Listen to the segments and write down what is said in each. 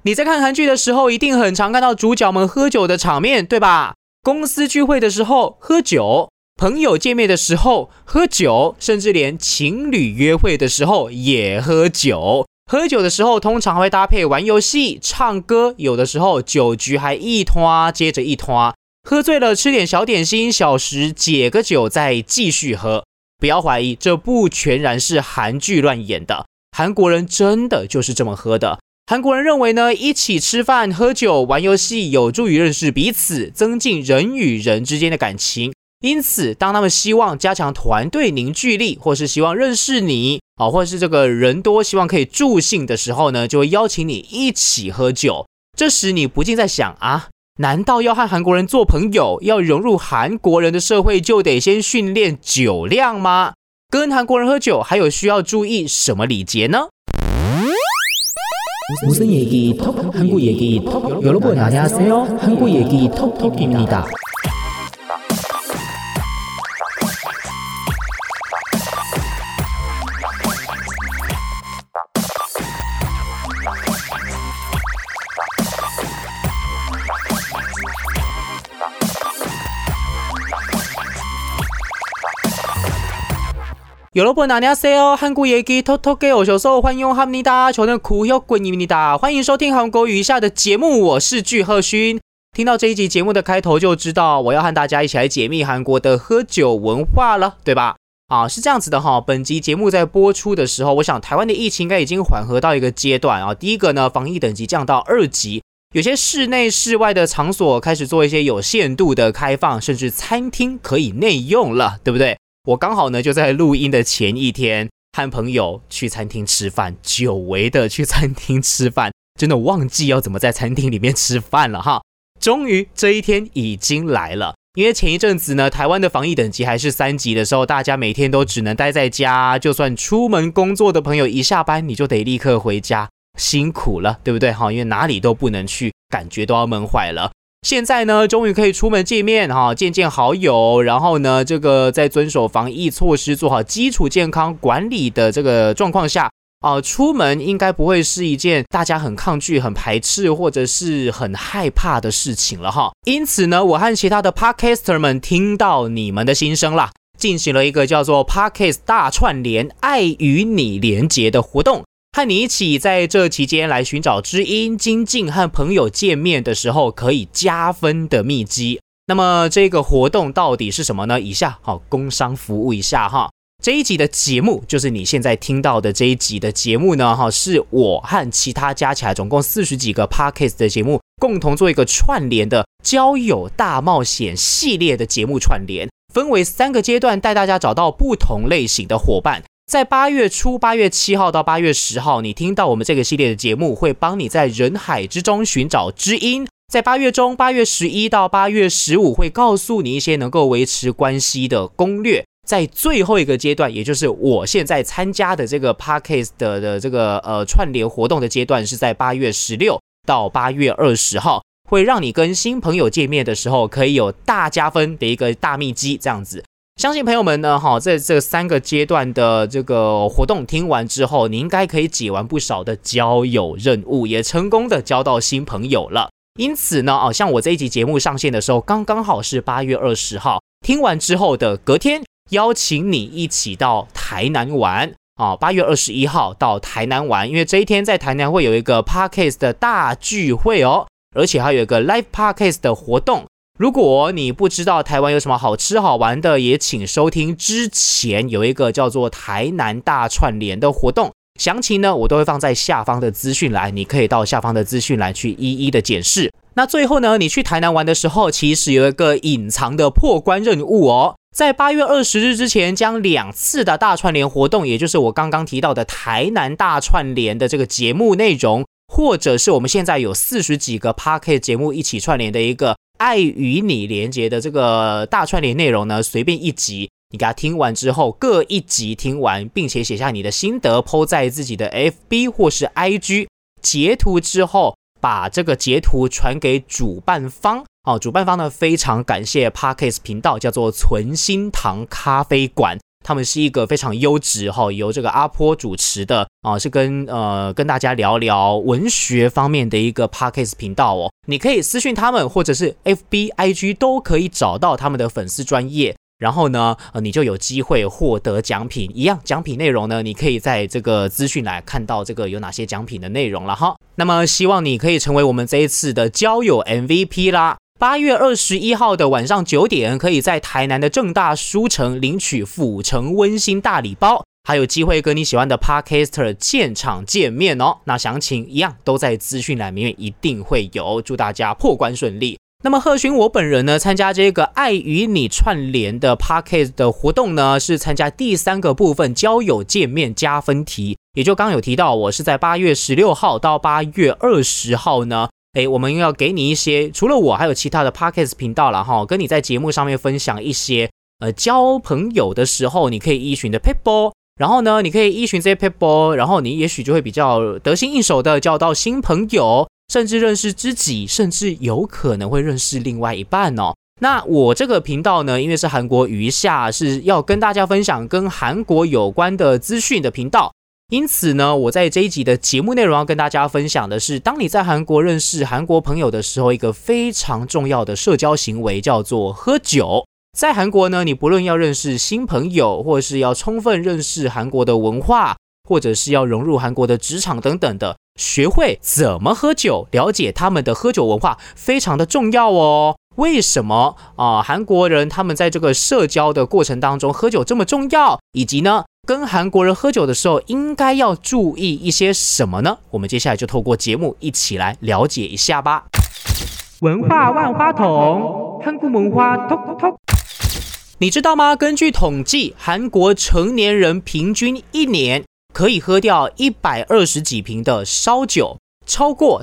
你在看韩剧的时候，一定很常看到主角们喝酒的场面，对吧？公司聚会的时候喝酒，朋友见面的时候喝酒，甚至连情侣约会的时候也喝酒。喝酒的时候通常会搭配玩游戏、唱歌，有的时候酒局还一拖接着一拖。喝醉了吃点小点心、小食，解个酒再继续喝。不要怀疑，这不全然是韩剧乱演的，韩国人真的就是这么喝的。韩国人认为呢，一起吃饭、喝酒、玩游戏有助于认识彼此，增进人与人之间的感情。因此，当他们希望加强团队凝聚力，或是希望认识你，或者是这个人多希望可以助兴的时候呢，就会邀请你一起喝酒。这时你不禁在想啊，难道要和韩国人做朋友，要融入韩国人的社会，就得先训练酒量吗？跟韩国人喝酒还有需要注意什么礼节呢？ 무슨 얘기 톡 한국 얘기 톡 여러분 안녕하세요. 한국 얘기 톡톡입니다. 여러분 안녕하세요. 한국 얘기 톡톡에 오셔서 환영합니다. 저는 구혁군입니다. 欢迎收听韩国语一下的节目，我是具赫勋。听到这一集节目的开头就知道，我要和大家一起来解密韩国的喝酒文化了，对吧？是这样子的哈。本集节目在播出的时候，我想台湾的疫情应该已经缓和到一个阶段啊。第一个呢，防疫等级降到2级，有些室内室外的场所开始做一些有限度的开放，甚至餐厅可以内用了，对不对？我刚好呢就在录音的前一天和朋友去餐厅吃饭，久违的去餐厅吃饭，真的忘记要怎么在餐厅里面吃饭了哈。终于这一天已经来了，因为前一阵子呢，台湾的防疫等级还是3级的时候，大家每天都只能待在家，就算出门工作的朋友一下班你就得立刻回家，辛苦了，对不对？因为哪里都不能去，感觉都要闷坏了。现在呢，终于可以出门见面见见好友，然后呢，这个在遵守防疫措施、做好基础健康管理的这个状况下出门应该不会是一件大家很抗拒、很排斥或者是很害怕的事情了哈。因此呢，我和其他的 Podcaster 们听到你们的心声啦，进行了一个叫做 Podcast 大串联爱与你连结的活动。和你一起在这期间来寻找知音，精进和朋友见面的时候可以加分的秘籍。那么这个活动到底是什么呢？以下工商服务一下哈。这一集的节目就是你现在听到的这一集的节目呢，是我和其他加起来总共40几个 Podcast 的节目共同做一个串联的交友大冒险系列的节目串联，分为3个阶段，带大家找到不同类型的伙伴。在8月初8月7号到8月10号，你听到我们这个系列的节目，会帮你在人海之中寻找知音。在8月中8月11到8月15会告诉你一些能够维持关系的攻略。在最后一个阶段，也就是我现在参加的这个 Podcast 的这个串联活动的阶段，是在8月16到8月20号，会让你跟新朋友见面的时候可以有大加分的一个大秘籍这样子。相信朋友们呢，在这3个阶段的这个活动听完之后，你应该可以解完不少的交友任务，也成功的交到新朋友了。因此呢，像我这一集节目上线的时候，刚刚好是8月20号，听完之后的隔天，邀请你一起到台南玩8月21号到台南玩，因为这一天在台南会有一个 Podcast 的大聚会而且还有一个 Live Podcast 的活动。如果你不知道台湾有什么好吃好玩的，也请收听之前有一个叫做台南大串联的活动，详情呢我都会放在下方的资讯栏，你可以到下方的资讯栏去一一的检视。那最后呢，你去台南玩的时候，其实有一个隐藏的破关任务在8月20日之前，将2次的大串联活动，也就是我刚刚提到的台南大串联的这个节目内容，或者是我们现在有40几个 Podcast 节目一起串联的一个爱与你连结的这个大串联内容呢，随便一集你给它听完之后，各一集听完，并且写下你的心得 po 在自己的 FB 或是 IG， 截图之后把这个截图传给主办方主办方呢非常感谢 Podcast 频道，叫做存心堂咖啡馆， 他们是一个非常优质由这个阿坡主持的是跟大家聊聊文学方面的一个 Podcast 频道哦。你可以私讯他们，或者是 FB、IG 都可以找到他们的粉丝专页。然后呢，你就有机会获得奖品，一样奖品内容呢，你可以在这个资讯来看到这个有哪些奖品的内容了哈。那么希望你可以成为我们这一次的交友 MVP 啦。8月21号的晚上9点，可以在台南的正大书城领取府城温馨大礼包，还有机会跟你喜欢的 Podcaster 现场见面哦。那详情一样都在资讯栏里面一定会有，祝大家破关顺利。那么贺勋我本人呢，参加这个爱与你串联的 Podcast 的活动呢，是参加第3个部分交友见面加分题，也就刚刚有提到，我是在8月16号到8月20号呢，我们要给你一些除了我还有其他的 Podcast 频道啦齁，跟你在节目上面分享一些交朋友的时候你可以依循的 People， 然后呢你可以依循这些 People， 然后你也许就会比较得心应手的交到新朋友，甚至认识知己，甚至有可能会认识另外一半哦。那我这个频道呢，因为是韩国语一下，是要跟大家分享跟韩国有关的资讯的频道，因此呢，我在这一集的节目内容要跟大家分享的是，当你在韩国认识韩国朋友的时候，一个非常重要的社交行为叫做喝酒。在韩国呢，你不论要认识新朋友，或是要充分认识韩国的文化，或者是要融入韩国的职场等等的，学会怎么喝酒，了解他们的喝酒文化非常的重要哦。为什么韩国人他们在这个社交的过程当中喝酒这么重要，以及呢跟韩国人喝酒的时候应该要注意一些什么呢？我们接下来就透过节目一起来了解一下吧。文化万花筒，韩国文化톡톡。你知道吗？根据统计，韩国成年人平均一年可以喝掉120几瓶的烧酒，超过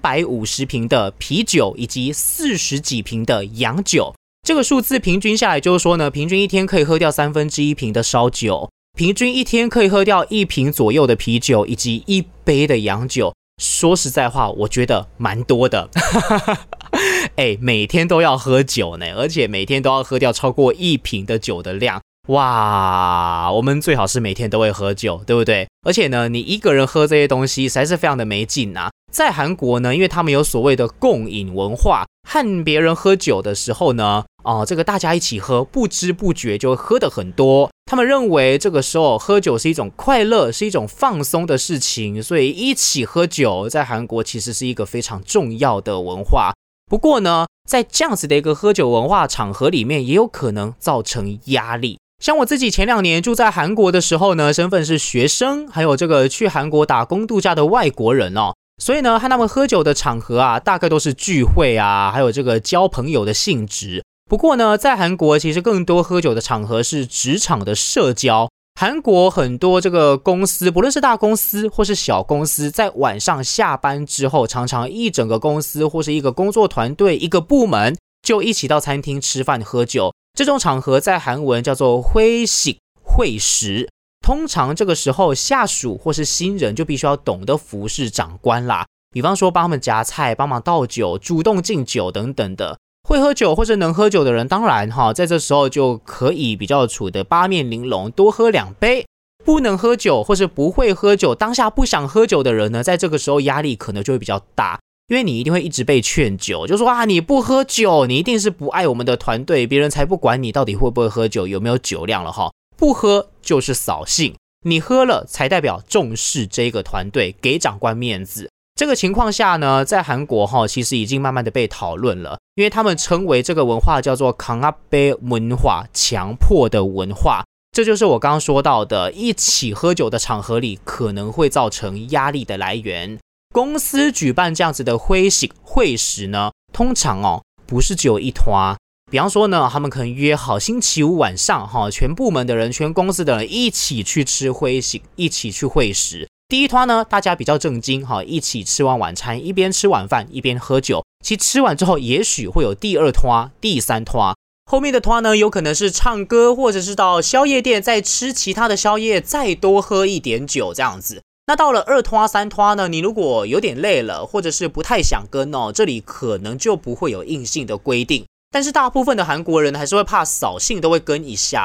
350瓶的啤酒，以及40几瓶的洋酒。这个数字平均下来就是说呢，平均一天可以喝掉1/3瓶的烧酒，平均一天可以喝掉1瓶左右的啤酒，以及1杯的洋酒。说实在话，我觉得蛮多的。每天都要喝酒呢，而且每天都要喝掉超过1瓶的酒的量。哇，我们最好是每天都会喝酒，对不对？而且呢，你一个人喝这些东西实在是非常的没劲啊。在韩国呢，因为他们有所谓的共饮文化，和别人喝酒的时候呢，这个大家一起喝，不知不觉就会喝得很多。他们认为这个时候喝酒是一种快乐，是一种放松的事情，所以一起喝酒在韩国其实是一个非常重要的文化。不过呢，在这样子的一个喝酒文化场合里面，也有可能造成压力。像我自己前2年住在韩国的时候呢，身份是学生，还有这个去韩国打工度假的外国人哦，所以呢，和他们喝酒的场合啊，大概都是聚会啊，还有这个交朋友的性质。不过呢，在韩国其实更多喝酒的场合是职场的社交。韩国很多这个公司，不论是大公司或是小公司，在晚上下班之后，常常一整个公司或是一个工作团队、一个部门就一起到餐厅吃饭喝酒。这种场合在韩文叫做会食，会食。通常这个时候，下属或是新人就必须要懂得服侍长官啦，比方说帮他们夹菜、帮忙倒酒、主动敬酒等等的。会喝酒或者能喝酒的人，当然在这时候就可以比较处得八面玲珑，多喝2杯。不能喝酒或是不会喝酒，当下不想喝酒的人呢，在这个时候压力可能就会比较大，因为你一定会一直被劝酒，就说你不喝酒，你一定是不爱我们的团队，别人才不管你到底会不会喝酒，有没有酒量了哈。不喝就是扫兴，你喝了才代表重视这个团队，给长官面子。这个情况下呢，在韩国其实已经慢慢的被讨论了，因为他们称为这个文化叫做강압文化，强迫的文化。这就是我刚刚说到的，一起喝酒的场合里可能会造成压力的来源。公司举办这样子的会食呢，通常不是只有一团。比方说呢，他们可能约好星期五晚上全部门的人、全公司的人一起去吃会食，一起去会食。第一团呢，大家比较正经一起吃完晚餐，一边吃晚饭一边喝酒。其实吃完之后，也许会有第2团、第3团。后面的团呢，有可能是唱歌，或者是到宵夜店再吃其他的宵夜，再多喝一点酒这样子。那到了2团、3团呢，你如果有点累了，或者是不太想跟这里可能就不会有硬性的规定。但是大部分的韩国人还是会怕扫兴，都会跟一下啦。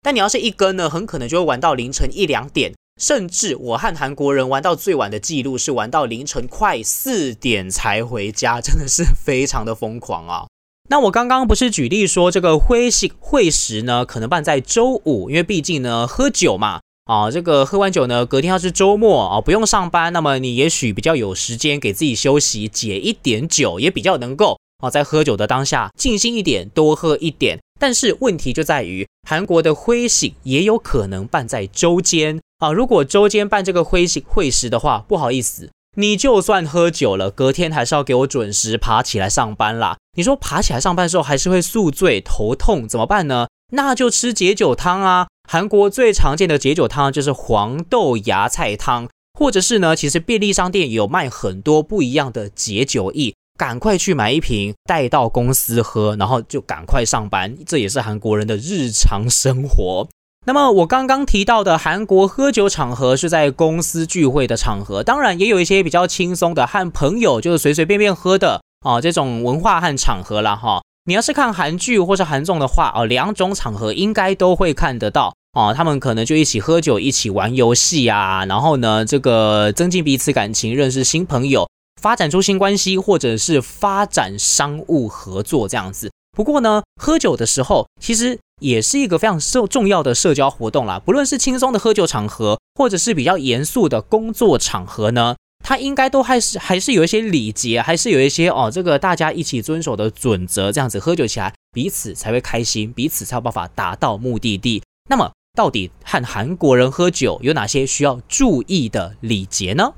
但你要是一根呢，很可能就会玩到凌晨1、2点，甚至我和韩国人玩到最晚的记录是玩到凌晨快4点才回家，真的是非常的疯狂啊。那我刚刚不是举例说这个会食呢可能办在周五，因为毕竟呢喝酒嘛，这个喝完酒呢隔天要是周末不用上班，那么你也许比较有时间给自己休息，解一点酒也比较能够在喝酒的当下尽兴一点，多喝一点。但是问题就在于韩国的会也有可能办在周间如果周间办这个会食的话，不好意思，你就算喝酒了，隔天还是要给我准时爬起来上班啦。你说爬起来上班的时候还是会宿醉头痛怎么办呢？那就吃解酒汤啊。韩国最常见的解酒汤就是黄豆芽菜汤，或者是呢其实便利商店有卖很多不一样的解酒液，赶快去买一瓶带到公司喝，然后就赶快上班，这也是韩国人的日常生活。那么我刚刚提到的韩国喝酒场合是在公司聚会的场合，当然也有一些比较轻松的和朋友就是随随便便喝的这种文化和场合啦你要是看韩剧或是韩综的话2种场合应该都会看得到他们可能就一起喝酒，一起玩游戏啊，然后呢这个增进彼此感情，认识新朋友，发展出新关系，或者是发展商务合作这样子。不过呢喝酒的时候其实也是一个非常重要的社交活动啦，不论是轻松的喝酒场合，或者是比较严肃的工作场合呢，它应该都还是有一些礼节，还是有一些这个大家一起遵守的准则，这样子喝酒起来彼此才会开心，彼此才有办法达到目的地。那么到底和韩国人喝酒有哪些需要注意的礼节呢？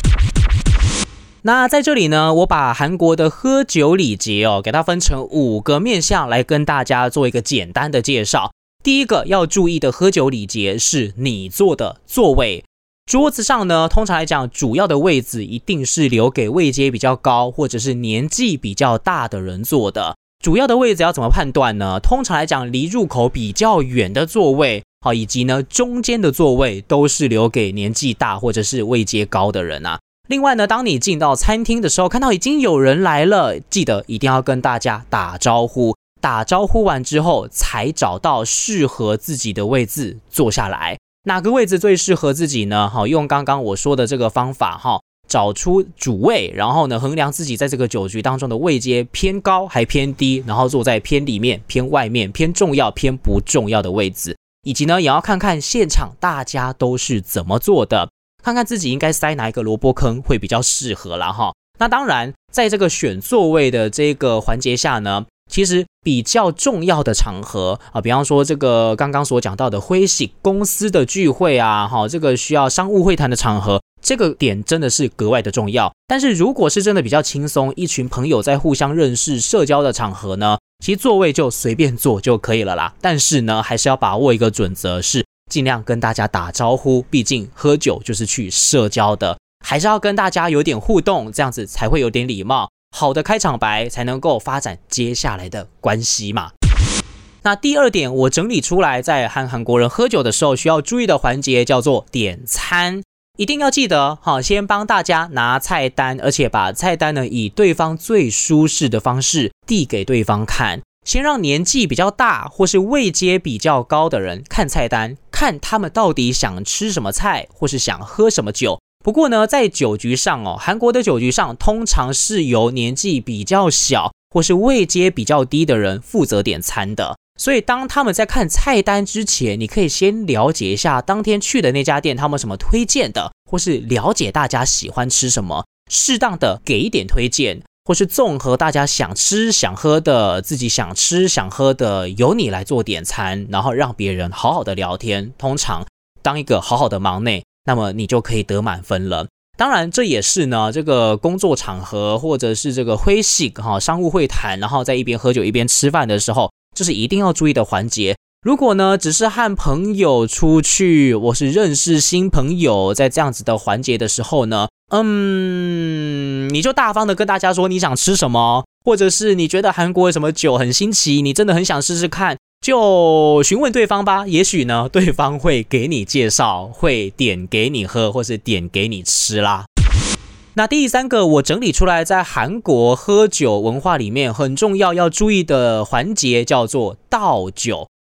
那在这里呢，我把韩国的喝酒礼节给它分成5个面向来跟大家做一个简单的介绍。第一个要注意的喝酒礼节是你坐的座位。桌子上呢，通常来讲主要的位置一定是留给位阶比较高或者是年纪比较大的人坐的。主要的位置要怎么判断呢？通常来讲离入口比较远的座位以及呢中间的座位都是留给年纪大或者是位阶高的人啊。另外呢，当你进到餐厅的时候，看到已经有人来了，记得一定要跟大家打招呼。打招呼完之后，才找到适合自己的位置坐下来。哪个位置最适合自己呢？用刚刚我说的这个方法找出主位，然后呢衡量自己在这个酒局当中的位阶偏高还偏低，然后坐在偏里面、偏外面、偏重要、偏不重要的位置，以及呢也要看看现场大家都是怎么做的。看看自己应该塞哪一个萝卜坑会比较适合啦那当然在这个选座位的这个环节下呢，其实比较重要的场合比方说这个刚刚所讲到的会食公司的聚会啊这个需要商务会谈的场合，这个点真的是格外的重要。但是如果是真的比较轻松，一群朋友在互相认识社交的场合呢，其实座位就随便坐就可以了啦。但是呢还是要把握一个准则，是尽量跟大家打招呼，毕竟喝酒就是去社交的，还是要跟大家有点互动，这样子才会有点礼貌，好的开场白才能够发展接下来的关系嘛。那第2点我整理出来在和韩国人喝酒的时候需要注意的环节叫做点餐。一定要记得先帮大家拿菜单，而且把菜单呢以对方最舒适的方式递给对方看，先让年纪比较大或是位阶比较高的人看菜单，看他们到底想吃什么菜或是想喝什么酒。不过呢在酒局上韩国的酒局上通常是由年纪比较小或是位阶比较低的人负责点餐的，所以当他们在看菜单之前，你可以先了解一下当天去的那家店他们什么推荐的，或是了解大家喜欢吃什么，适当的给一点推荐，或是综合大家想吃想喝的，自己想吃想喝的，由你来做点餐，然后让别人好好的聊天。通常当一个好好的忙内，那么你就可以得满分了。当然这也是呢这个工作场合或者是这个会食商务会谈，然后在一边喝酒一边吃饭的时候，这是一定要注意的环节。如果呢只是和朋友出去，我是认识新朋友，在这样子的环节的时候呢你就大方的跟大家说你想吃什么，或者是你觉得韩国有什么酒很新奇，你真的很想试试看，就询问对方吧，也许呢对方会给你介绍，会点给你喝，或是点给你吃啦。那第3个我整理出来在韩国喝酒文化里面很重要要注意的环节叫做倒酒。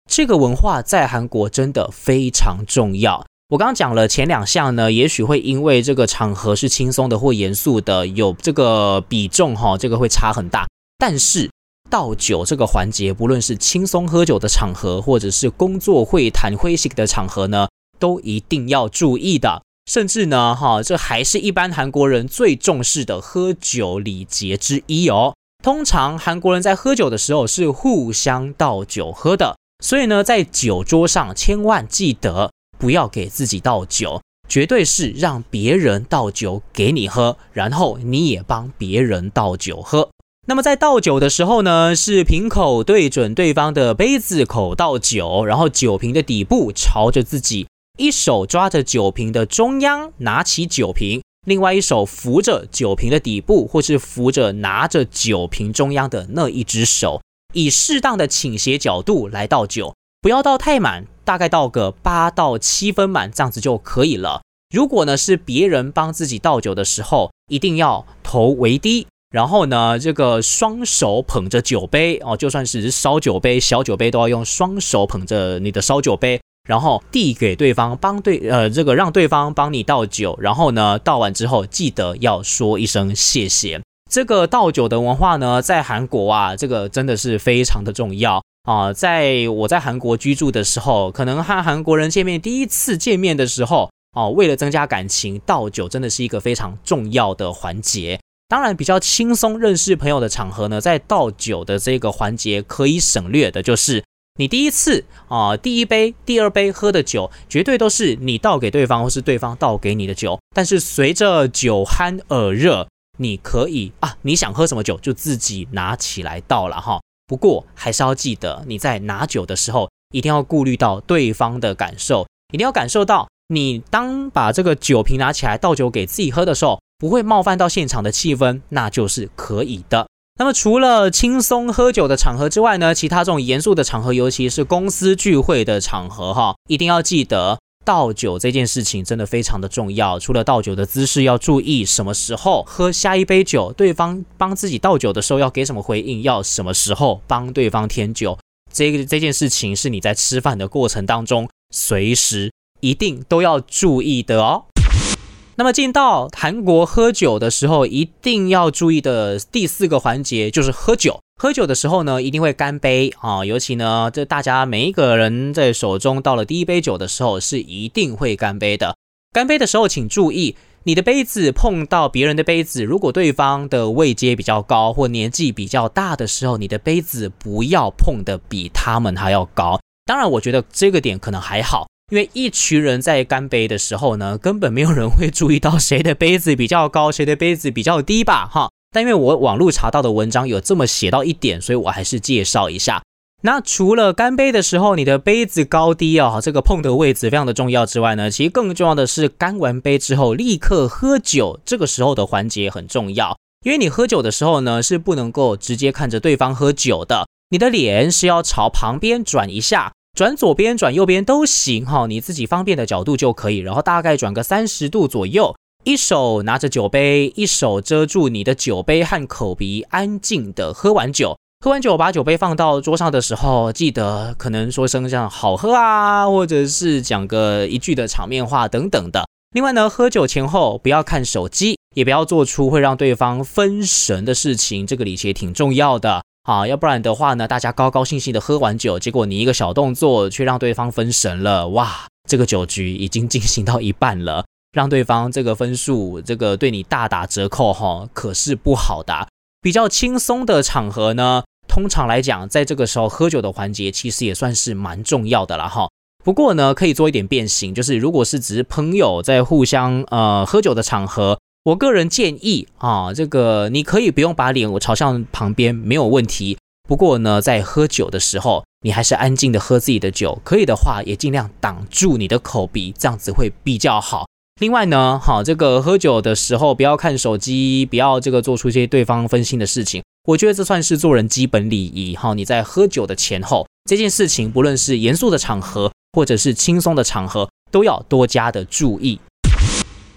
这个文化在韩国真的非常重要。我刚刚讲了前2项呢，也许会因为这个场合是轻松的或严肃的，有这个比重这个会差很大。但是倒酒这个环节，不论是轻松喝酒的场合，或者是工作会谈会席的场合呢，都一定要注意的。甚至呢，这还是一般韩国人最重视的喝酒礼节之一哦。通常韩国人在喝酒的时候是互相倒酒喝的，所以呢，在酒桌上千万记得不要给自己倒酒，绝对是让别人倒酒给你喝，然后你也帮别人倒酒喝。那么在倒酒的时候呢，是瓶口对准对方的杯子口倒酒，然后酒瓶的底部朝着自己，一手抓着酒瓶的中央拿起酒瓶，另外一手扶着酒瓶的底部，或是扶着拿着酒瓶中央的那一只手，以适当的倾斜角度来倒酒，不要倒太满，大概倒个8到7分满，这样子就可以了。如果呢是别人帮自己倒酒的时候，一定要头微低，然后呢，这个双手捧着酒杯就算是烧酒杯、小酒杯，都要用双手捧着你的烧酒杯，然后递给对方，让对方帮你倒酒，然后呢，倒完之后记得要说一声谢谢。这个倒酒的文化呢，在韩国这个真的是非常的重要在我在韩国居住的时候，可能和韩国人第一次见面的时候为了增加感情，倒酒真的是一个非常重要的环节。当然比较轻松认识朋友的场合呢，在倒酒的这个环节可以省略的就是你第一次第一杯、第二杯喝的酒，绝对都是你倒给对方或是对方倒给你的酒。但是随着酒酣耳热，你可以你想喝什么酒就自己拿起来倒了哈。不过还是要记得，你在拿酒的时候一定要顾虑到对方的感受，一定要感受到你当把这个酒瓶拿起来倒酒给自己喝的时候，不会冒犯到现场的气氛，那就是可以的。那么除了轻松喝酒的场合之外呢，其他这种严肃的场合，尤其是公司聚会的场合一定要记得倒酒这件事情真的非常的重要。除了倒酒的姿势要注意，什么时候喝下一杯酒，对方帮自己倒酒的时候要给什么回应，要什么时候帮对方添酒，这件事情是你在吃饭的过程当中随时一定都要注意的哦。那么进到韩国喝酒的时候，一定要注意的第4个环节就是喝酒。喝酒的时候呢，一定会干杯尤其呢，这大家每一个人在手中到了第一杯酒的时候，是一定会干杯的。干杯的时候，请注意，你的杯子碰到别人的杯子，如果对方的位阶比较高或年纪比较大的时候，你的杯子不要碰得比他们还要高。当然，我觉得这个点可能还好。因为一群人在干杯的时候呢，根本没有人会注意到谁的杯子比较高，谁的杯子比较低吧但因为我网络查到的文章有这么写到一点，所以我还是介绍一下。那除了干杯的时候你的杯子高低这个碰的位置非常的重要之外呢，其实更重要的是干完杯之后立刻喝酒，这个时候的环节很重要。因为你喝酒的时候呢，是不能够直接看着对方喝酒的，你的脸是要朝旁边转一下，转左边转右边都行你自己方便的角度就可以，然后大概转个30度左右，一手拿着酒杯，一手遮住你的酒杯和口鼻，安静的喝完酒。喝完酒把酒杯放到桌上的时候，记得可能说声这样好喝或者是讲个一句的场面话等等的。另外呢，喝酒前后不要看手机，也不要做出会让对方分神的事情，这个礼节挺重要的要不然的话呢，大家高高兴兴的喝完酒，结果你一个小动作却让对方分神了，哇，这个酒局已经进行到一半了，让对方这个分数这个对你大打折扣可是不好的。比较轻松的场合呢，通常来讲在这个时候喝酒的环节其实也算是蛮重要的啦不过呢，可以做一点变形，就是如果是只是朋友在互相喝酒的场合，我个人建议这个你可以不用把脸朝向旁边，没有问题。不过呢，在喝酒的时候，你还是安静的喝自己的酒，可以的话也尽量挡住你的口鼻，这样子会比较好。另外呢，这个喝酒的时候不要看手机，不要这个做出一些对方分心的事情。我觉得这算是做人基本礼仪你在喝酒的前后，这件事情不论是严肃的场合或者是轻松的场合，都要多加的注意。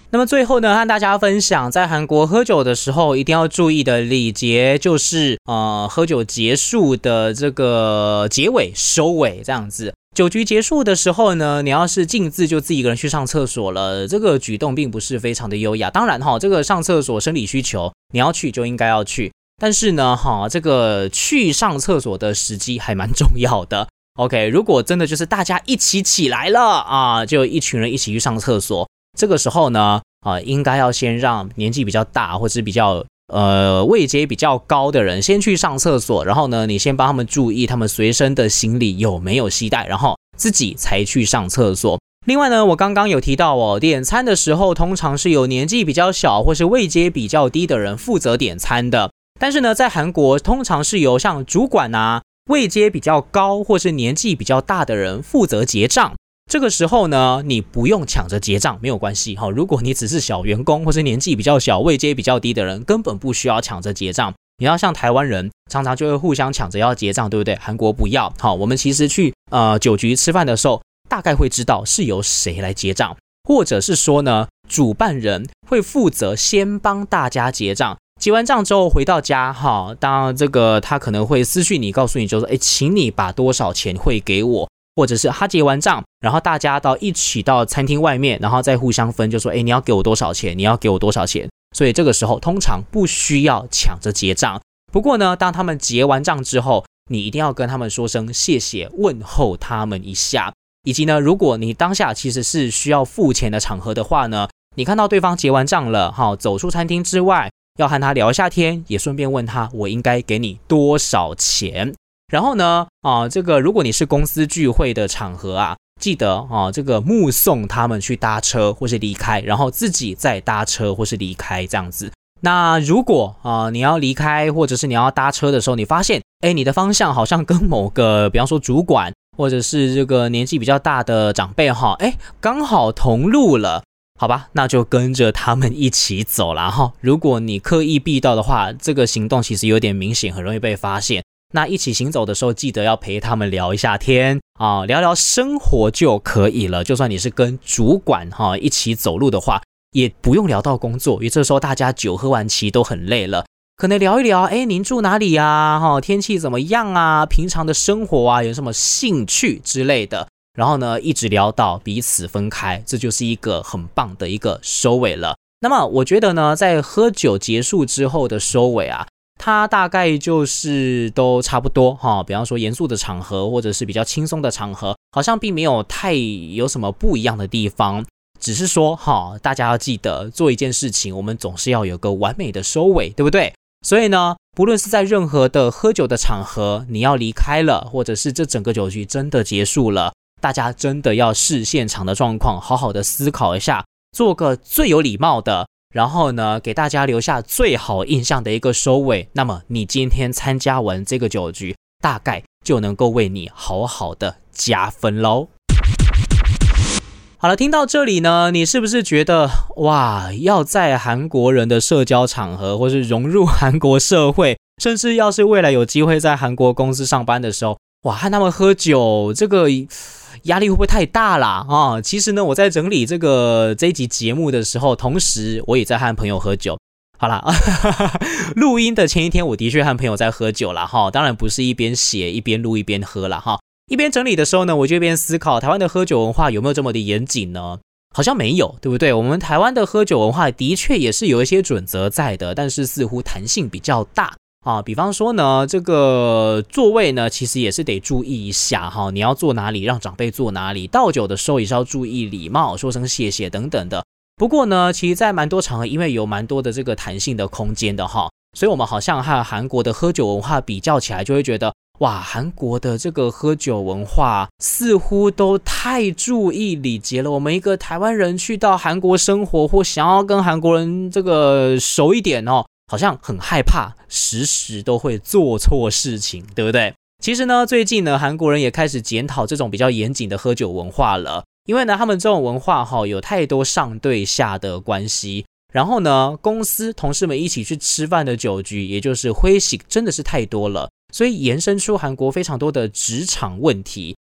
那么最后呢，和大家分享，在韩国喝酒的时候一定要注意的礼节，就是喝酒结束的这个结尾收尾这样子。酒局结束的时候呢，你要是径自就自己一个人去上厕所了，这个举动并不是非常的优雅。当然这个上厕所生理需求，你要去就应该要去，但是呢这个去上厕所的时机还蛮重要的。OK， 如果真的就是大家一起起来了就一群人一起去上厕所，这个时候呢应该要先让年纪比较大或是比较位阶比较高的人先去上厕所，然后呢你先帮他们注意他们随身的行李有没有携带，然后自己才去上厕所。另外呢，我刚刚有提到点餐的时候通常是由年纪比较小或是位阶比较低的人负责点餐的，但是呢在韩国通常是由像主管位阶比较高或是年纪比较大的人负责结账。这个时候呢，你不用抢着结账没有关系如果你只是小员工或是年纪比较小位阶比较低的人，根本不需要抢着结账。你要像台湾人常常就会互相抢着要结账，对不对？韩国不要我们其实去酒局吃饭的时候大概会知道是由谁来结账，或者是说呢主办人会负责先帮大家结账，结完账之后回到家当然这个他可能会私讯你告诉你就说请你把多少钱汇给我，或者是他结完账然后大家一起到餐厅外面，然后再互相分，就说你要给我多少钱，你要给我多少钱。所以这个时候通常不需要抢着结账。不过呢当他们结完账之后，你一定要跟他们说声谢谢，问候他们一下。以及呢如果你当下其实是需要付钱的场合的话呢，你看到对方结完账了走出餐厅之外，要和他聊一下天，也顺便问他我应该给你多少钱。然后呢这个如果你是公司聚会的场合记得这个目送他们去搭车或是离开，然后自己再搭车或是离开这样子。那如果你要离开或者是你要搭车的时候，你发现你的方向好像跟某个比方说主管或者是这个年纪比较大的长辈刚好同路了，好吧，那就跟着他们一起走啦如果你刻意避到的话，这个行动其实有点明显，很容易被发现。那一起行走的时候记得要陪他们聊一下天聊聊生活就可以了。就算你是跟主管一起走路的话，也不用聊到工作，因为这时候大家酒喝完其实都很累了，可能聊一聊您住哪里天气怎么样平常的生活有什么兴趣之类的，然后呢一直聊到彼此分开，这就是一个很棒的一个收尾了。那么我觉得呢在喝酒结束之后的收尾它大概就是都差不多比方说严肃的场合或者是比较轻松的场合，好像并没有太有什么不一样的地方，只是说大家要记得做一件事情，我们总是要有个完美的收尾，对不对？所以呢不论是在任何的喝酒的场合，你要离开了，或者是这整个酒局真的结束了，大家真的要视现场的状况，好好的思考一下，做个最有礼貌的，然后呢给大家留下最好印象的一个收尾，那么你今天参加完这个酒局大概就能够为你好好的加分咯。好了，听到这里呢，你是不是觉得哇，要在韩国人的社交场合或是融入韩国社会，甚至要是未来有机会在韩国公司上班的时候，哇，和他们喝酒，这个压力会不会太大啦其实呢我在整理这一集节目的时候，同时我也在和朋友喝酒。好啦录音的前一天我的确和朋友在喝酒啦当然不是一边写一边录一边喝啦一边整理的时候呢，我就一边思考台湾的喝酒文化有没有这么的严谨呢？好像没有，对不对？我们台湾的喝酒文化的确也是有一些准则在的，但是似乎弹性比较大比方说呢这个座位呢其实也是得注意一下你要坐哪里让长辈坐哪里，倒酒的时候也是要注意礼貌，说声谢谢等等的。不过呢其实在蛮多场合因为有蛮多的这个弹性的空间的所以我们好像和韩国的喝酒文化比较起来，就会觉得哇，韩国的这个喝酒文化似乎都太注意礼节了。我们一个台湾人去到韩国生活，或想要跟韩国人这个熟一点好像很害怕时时都会做错事情，对不对？其实呢最近呢韩国人也开始检讨这种比较严谨的喝酒文化了，因为呢他们这种文化有太多上对下的关系，然后呢公司同事们一起去吃饭的酒局，也就是会席真的是太多了，所以延伸出韩国非常多的职场问题，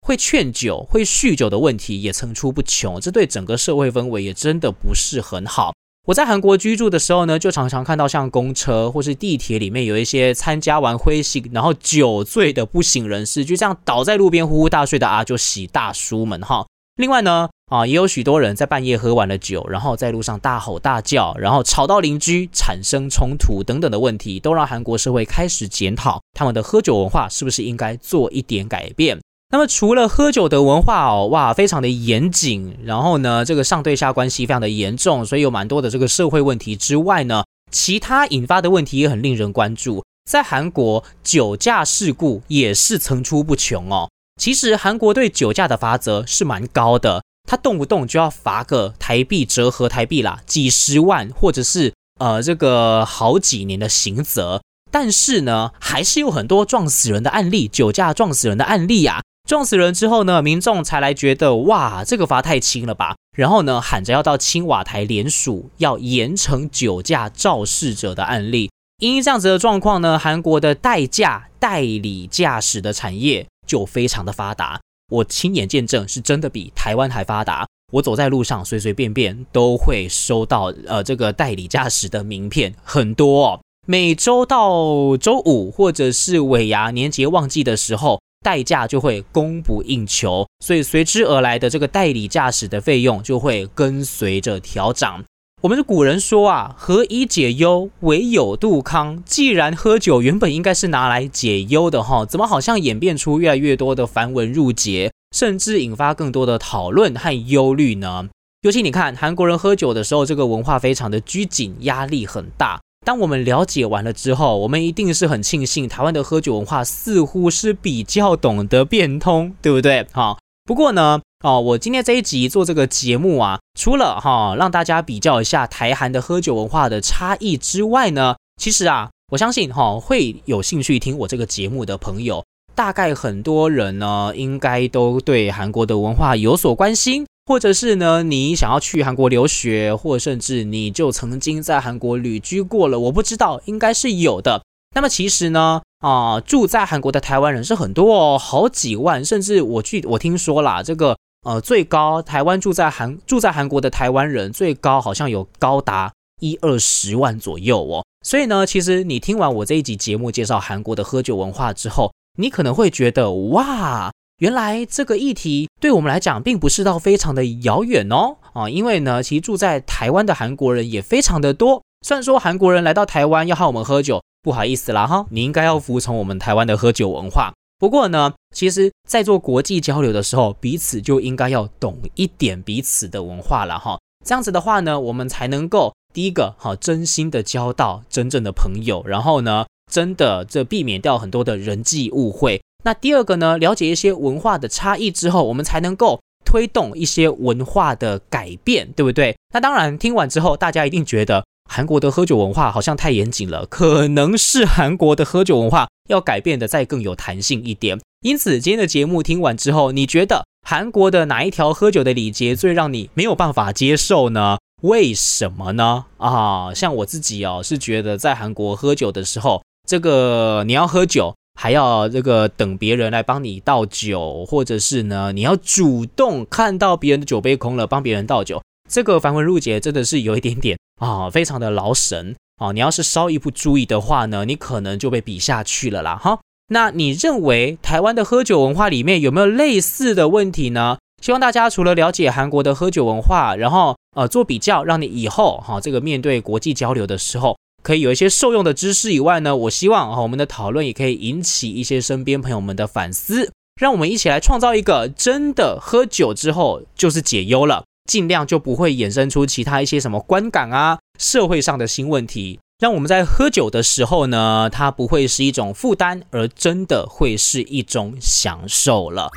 会劝酒、会酗酒的问题也层出不穷，这对整个社会氛围也真的不是很好。我在韩国居住的时候呢，就常常看到像公车或是地铁里面有一些参加完会席然后酒醉的不省人事，就这样倒在路边呼呼大睡的就喜大叔们哈。另外呢，也有许多人在半夜喝完了酒，然后在路上大吼大叫，然后吵到邻居，产生冲突等等的问题，都让韩国社会开始检讨他们的喝酒文化是不是应该做一点改变。那么除了喝酒的文化非常的严谨，然后呢这个上对下关系非常的严重，所以有蛮多的这个社会问题之外呢，其他引发的问题也很令人关注。在韩国酒驾事故也是层出不穷哦。其实韩国对酒驾的罚则是蛮高的，他动不动就要罚个台币折合台币啦几十万，或者是这个好几年的刑责。但是呢还是有很多撞死人的案例，酒驾撞死人的案例啊。撞死人之后呢，民众才来觉得哇，这个罚太轻了吧，然后呢喊着要到青瓦台联署，要严惩酒驾肇事者的案例。因这样子的状况呢，韩国的代理驾驶的产业就非常的发达。我亲眼见证，是真的比台湾还发达。我走在路上随随便便都会收到这个代理驾驶的名片，很多哦。每周到周五或者是尾牙年节旺季的时候，代驾就会供不应求，所以随之而来的这个代理驾驶的费用就会跟随着调涨。我们的古人说何以解忧，唯有杜康。既然喝酒原本应该是拿来解忧的怎么好像演变出越来越多的繁文缛节，甚至引发更多的讨论和忧虑呢？尤其你看韩国人喝酒的时候，这个文化非常的拘谨，压力很大。当我们了解完了之后，我们一定是很庆幸台湾的喝酒文化似乎是比较懂得变通，对不对？不过呢我今天这一集做这个节目除了让大家比较一下台韩的喝酒文化的差异之外呢，其实我相信会有兴趣听我这个节目的朋友，大概很多人呢应该都对韩国的文化有所关心，或者是呢你想要去韩国留学，或甚至你就曾经在韩国旅居过了，我不知道，应该是有的。那么其实呢住在韩国的台湾人是很多哦，好几万，甚至我听说啦，这个最高台湾住在韩国的台湾人最高好像有高达10-20万左右哦。所以呢其实你听完我这一集节目介绍韩国的喝酒文化之后，你可能会觉得哇，原来这个议题对我们来讲并不是到非常的遥远哦。因为呢其实住在台湾的韩国人也非常的多。虽然说韩国人来到台湾要和我们喝酒，不好意思啦你应该要服从我们台湾的喝酒文化。不过呢其实在做国际交流的时候，彼此就应该要懂一点彼此的文化了这样子的话呢，我们才能够第一个真心的交到真正的朋友，然后呢真的这避免掉很多的人际误会。那第二个呢，了解一些文化的差异之后，我们才能够推动一些文化的改变，对不对？那当然听完之后大家一定觉得韩国的喝酒文化好像太严谨了，可能是韩国的喝酒文化要改变的再更有弹性一点。因此今天的节目听完之后，你觉得韩国的哪一条喝酒的礼节最让你没有办法接受呢？为什么呢？像我自己是觉得在韩国喝酒的时候，这个你要喝酒还要这个等别人来帮你倒酒，或者是呢你要主动看到别人的酒杯空了帮别人倒酒，这个繁文缛节真的是有一点点非常的劳神你要是稍一不注意的话呢，你可能就被比下去了啦那你认为台湾的喝酒文化里面有没有类似的问题呢？希望大家除了了解韩国的喝酒文化，然后做比较，让你以后这个面对国际交流的时候可以有一些受用的知识以外呢，我希望我们的讨论也可以引起一些身边朋友们的反思，让我们一起来创造一个真的喝酒之后就是解忧了，尽量就不会衍生出其他一些什么观感社会上的新问题，让我们在喝酒的时候呢，它不会是一种负担，而真的会是一种享受了。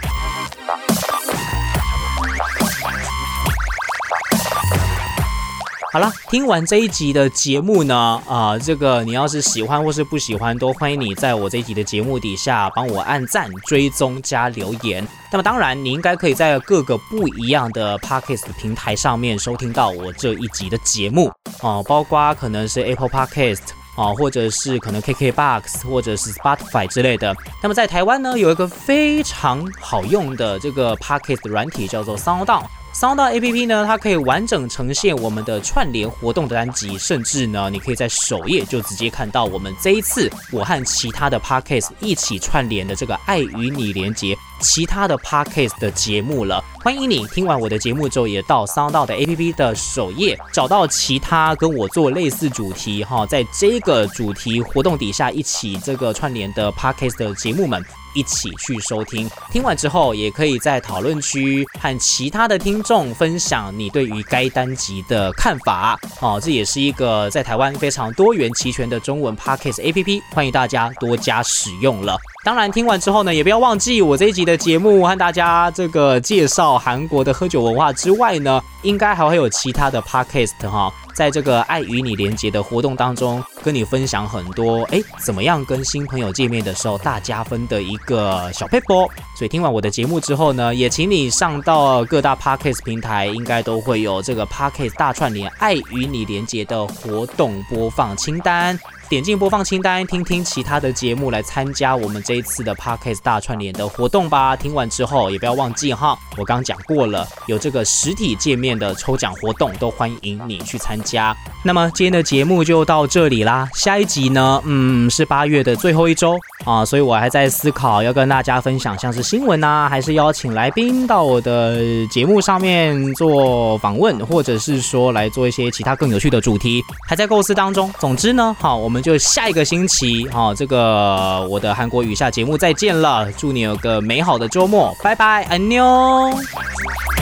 好了，听完这一集的节目呢，这个你要是喜欢或是不喜欢，都欢迎你在我这一集的节目底下帮我按赞、追踪加留言。那么当然，你应该可以在各个不一样的 Podcast 平台上面收听到我这一集的节目包括可能是 Apple Podcast 或者是可能 KKBOX 或者是 Spotify 之类的。那么在台湾呢，有一个非常好用的这个 Podcast 软体叫做 SoundOn。SoundOn APP 呢，它可以完整呈现我们的串联活动的单集，甚至呢，你可以在首页就直接看到我们这一次我和其他的 Podcast 一起串联的这个爱与你连结其他的 Podcast 的节目了。欢迎你听完我的节目之后，也到 SoundOn 的 APP 的首页找到其他跟我做类似主题在这个主题活动底下一起这个串联的 Podcast 的节目们。一起去收听，听完之后也可以在讨论区和其他的听众分享你对于该单集的看法这也是一个在台湾非常多元齐全的中文 Podcast APP， 欢迎大家多加使用了。当然听完之后呢，也不要忘记我这一集的节目和大家这个介绍韩国的喝酒文化之外呢，应该还会有其他的 Podcast 在这个爱与你连结的活动当中跟你分享很多怎么样跟新朋友见面的时候大加分的一个小撇步。所以听完我的节目之后呢，也请你上到各大 Podcast 平台，应该都会有这个 Podcast 大串联爱与你连结的活动播放清单，点进播放清单听听其他的节目来参加我们这一次的 Podcast 大串联的活动吧。听完之后也不要忘记我刚讲过了，有这个实体见面的抽奖活动，都欢迎你去参加。那么今天的节目就到这里啦，下一集呢是8月的最后一周所以我还在思考要跟大家分享像是新闻还是邀请来宾到我的节目上面做访问，或者是说来做一些其他更有趣的主题，还在构思当中。总之呢我们就下一个星期这个我的韩国语下节目再见了，祝你有个美好的周末，拜拜，안녕。